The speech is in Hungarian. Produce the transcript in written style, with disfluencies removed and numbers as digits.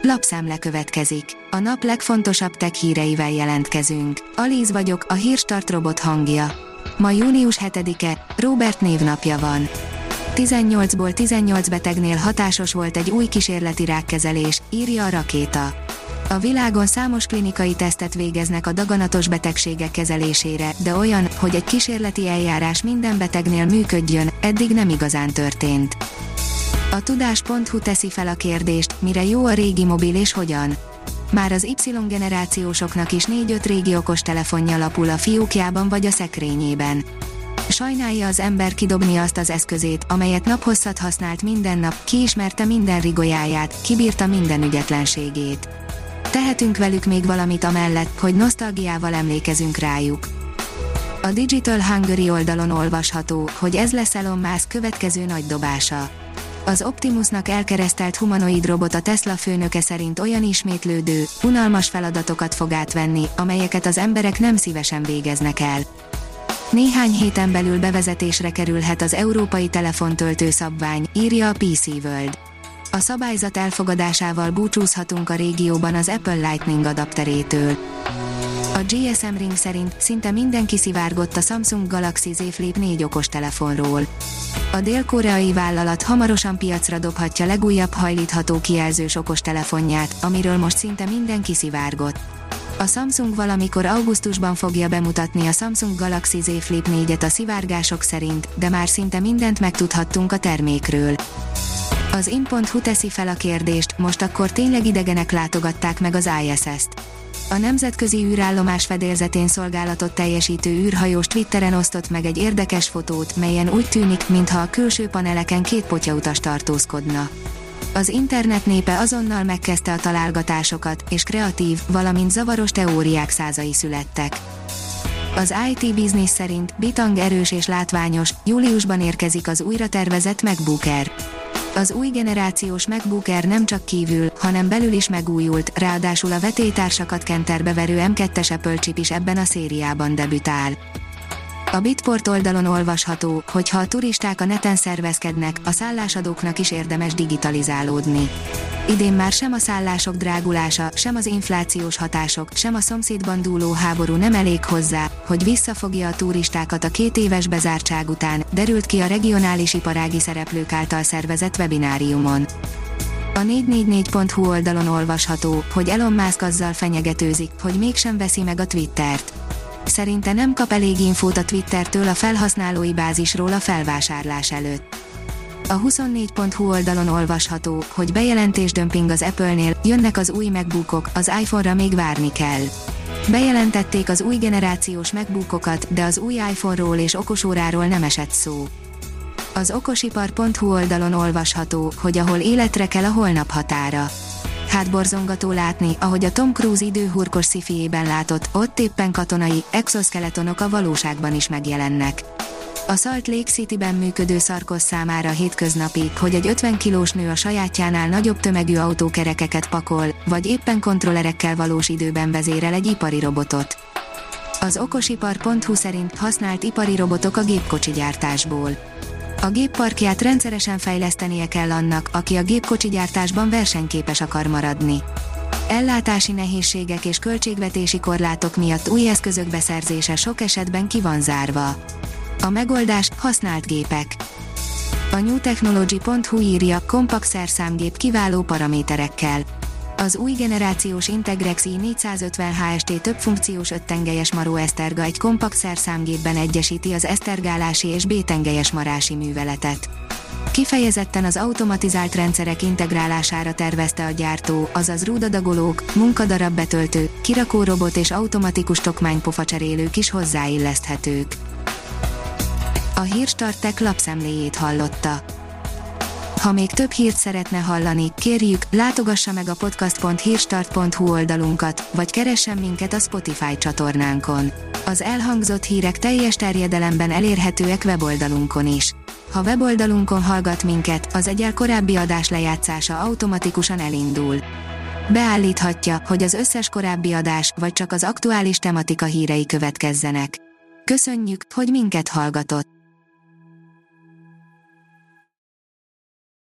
Lapszemle következik. A nap legfontosabb tech híreivel jelentkezünk. Alíz vagyok, a Hírstart robot hangja. Ma június 7-e, Róbert névnapja van. 18-ból 18 betegnél hatásos volt egy új kísérleti rákkezelés, írja a Rakéta. A világon számos klinikai tesztet végeznek a daganatos betegségek kezelésére, de olyan, hogy egy kísérleti eljárás minden betegnél működjön, eddig nem igazán történt. A tudás.hu teszi fel a kérdést, mire jó a régi mobil és hogyan. Már az Y-generációsoknak is 4-5 régi okostelefonja lapul a fiókjában vagy a szekrényében. Sajnálja az ember kidobni azt az eszközét, amelyet naphosszat használt minden nap, kiismerte minden rigolyáját, kibírta minden ügyetlenségét. Tehetünk velük még valamit amellett, hogy nosztalgiával emlékezünk rájuk. A Digital Hungary oldalon olvasható, hogy ez lesz Elon Musk következő nagy dobása. Az Optimusnak elkeresztelt humanoid robot a Tesla főnöke szerint olyan ismétlődő, unalmas feladatokat fog átvenni, amelyeket az emberek nem szívesen végeznek el. Néhány héten belül bevezetésre kerülhet az európai telefontöltő szabvány, írja a PC World. A szabályzat elfogadásával búcsúzhatunk a régióban az Apple Lightning adapterétől. A GSM Ring szerint szinte mindenki szivárgott a Samsung Galaxy Z Flip 4 okostelefonról. A dél-koreai vállalat hamarosan piacra dobhatja legújabb hajlítható kijelzős okostelefonját, amiről most szinte mindenki szivárgott. A Samsung valamikor augusztusban fogja bemutatni a Samsung Galaxy Z Flip 4-et a szivárgások szerint, de már szinte mindent megtudhattunk a termékről. Az in.hu teszi fel a kérdést, most akkor tényleg idegenek látogatták meg az ISS-t. A nemzetközi űrállomás fedélzetén szolgálatot teljesítő űrhajós Twitteren osztott meg egy érdekes fotót, melyen úgy tűnik, mintha a külső paneleken két potyautas tartózkodna. Az internet népe azonnal megkezdte a találgatásokat, és kreatív, valamint zavaros teóriák százai születtek. Az IT Business szerint bitang erős és látványos, júliusban érkezik az újra tervezett MacBook Air. Az új generációs MacBook Air nem csak kívül, hanem belül is megújult, ráadásul a vetélytársakat kenterbe verő M2-es Apple chip is ebben a szériában debütál. A Bitport oldalon olvasható, hogy ha a turisták a neten szervezkednek, a szállásadóknak is érdemes digitalizálódni. Idén már sem a szállások drágulása, sem az inflációs hatások, sem a szomszédban dúló háború nem elég hozzá, hogy visszafogja a turistákat a 2 éves bezártság után, derült ki a regionális iparági szereplők által szervezett webináriumon. A 444.hu oldalon olvasható, hogy Elon Musk azzal fenyegetőzik, hogy mégsem veszi meg a Twittert. Szerinte nem kap elég infót a Twittertől a felhasználói bázisról a felvásárlás előtt. A 24.hu oldalon olvasható, hogy bejelentésdömping az Apple-nél, jönnek az új MacBookok, az iPhone-ra még várni kell. Bejelentették az új generációs MacBookokat, de az új iPhone-ról és okosóráról nem esett szó. Az okosipar.hu oldalon olvasható, hogy ahol életre kell, a holnap határa. Hátborzongató látni, ahogy a Tom Cruise időhurkos sci-fiében látott, ott éppen katonai, exoszkeletonok a valóságban is megjelennek. A Salt Lake City-ben működő Sarkos számára hétköznapi, hogy egy 50 kilós nő a sajátjánál nagyobb tömegű autókerekeket pakol, vagy éppen kontrollerekkel valós időben vezérel egy ipari robotot. Az okosipar.hu szerint használt ipari robotok a gépkocsigyártásból. A gépparkját rendszeresen fejlesztenie kell annak, aki a gépkocsigyártásban versenyképes akar maradni. Ellátási nehézségek és költségvetési korlátok miatt új eszközök beszerzése sok esetben ki van zárva. A megoldás használt gépek. A newtechnology.hu írja, kompakt szerszámgép kiváló paraméterekkel. Az új generációs Integrex i450 HST többfunkciós 5-tengelyes maró eszterga egy kompakt szerszámgépben egyesíti az esztergálási és B-tengelyes marási műveletet. Kifejezetten az automatizált rendszerek integrálására tervezte a gyártó, azaz rúdadagolók, munkadarab betöltő, kirakórobot és automatikus tokmánypofacserélők is hozzáilleszthetők. A Hírstart Tech lapszemléjét hallotta. Ha még több hírt szeretne hallani, kérjük, látogassa meg a podcast.hírstart.hu oldalunkat, vagy keressen minket a Spotify csatornánkon. Az elhangzott hírek teljes terjedelemben elérhetőek weboldalunkon is. Ha weboldalunkon hallgat minket, az egyel korábbi adás lejátszása automatikusan elindul. Beállíthatja, hogy az összes korábbi adás, vagy csak az aktuális tematika hírei következzenek. Köszönjük, hogy minket hallgatott!